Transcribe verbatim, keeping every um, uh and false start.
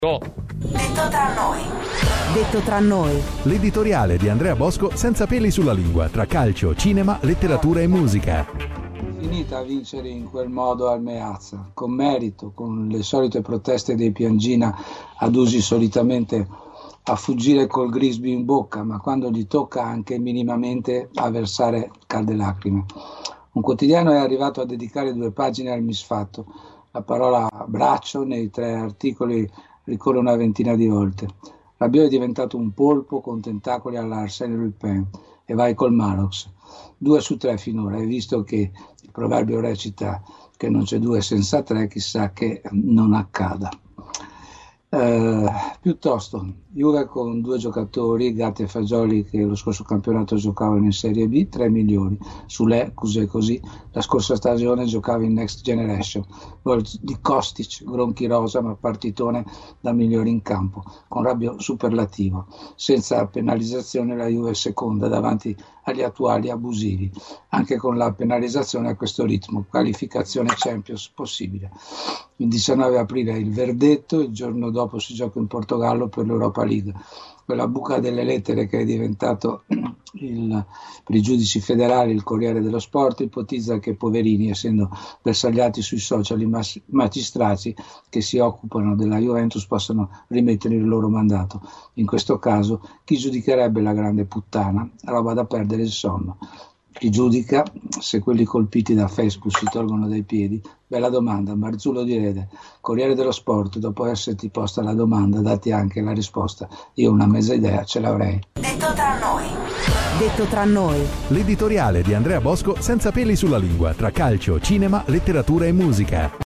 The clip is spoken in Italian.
Go. Detto tra noi. Detto tra noi. L'editoriale di Andrea Bosco senza peli sulla lingua, tra calcio, cinema, letteratura e musica. Finita a vincere in quel modo al Meazza, con merito, con le solite proteste dei Piangina adusi solitamente a fuggire col Grisby in bocca, ma quando gli tocca anche minimamente a versare calde lacrime. Un quotidiano è arrivato a dedicare due pagine al misfatto. La parola braccio nei tre articoli ricorre una ventina di volte. Rabiot è diventato un polpo con tentacoli alla Arsène Lupin e vai col Malox. Due su tre finora, e visto che il proverbio recita che non c'è due senza tre, chissà che non accada. Eh, piuttosto, Juve con due giocatori, Gatti e Fagioli, che lo scorso campionato giocavano in Serie B, tre milioni. Sule, così così, la scorsa stagione giocava in Next Generation. Gol di Kostic, Gronchi rosa, ma partitone da migliori in campo, con Rabiot superlativo. Senza penalizzazione la Juve è seconda davanti agli attuali abusivi. Anche con la penalizzazione a questo ritmo, qualificazione Champions possibile. Il diciannove aprile il verdetto, il giorno dopo si gioca in Portogallo per l'Europa League. Quella buca delle lettere che è diventato il, per i giudici federali il Corriere dello Sport ipotizza che poverini, essendo bersagliati sui social, i mas- magistrati che si occupano della Juventus possano rimettere il loro mandato. In questo caso chi giudicherebbe la grande puttana? Roba da perdere il sonno. Chi giudica se quelli colpiti da Facebook si tolgono dai piedi? Bella domanda. Marzullo di Rede, Corriere dello Sport, dopo esserti posta la domanda dati anche la risposta. Io una mezza idea ce l'avrei. Detto tra noi. Detto tra noi. L'editoriale di Andrea Bosco senza peli sulla lingua, tra calcio, cinema, letteratura e musica.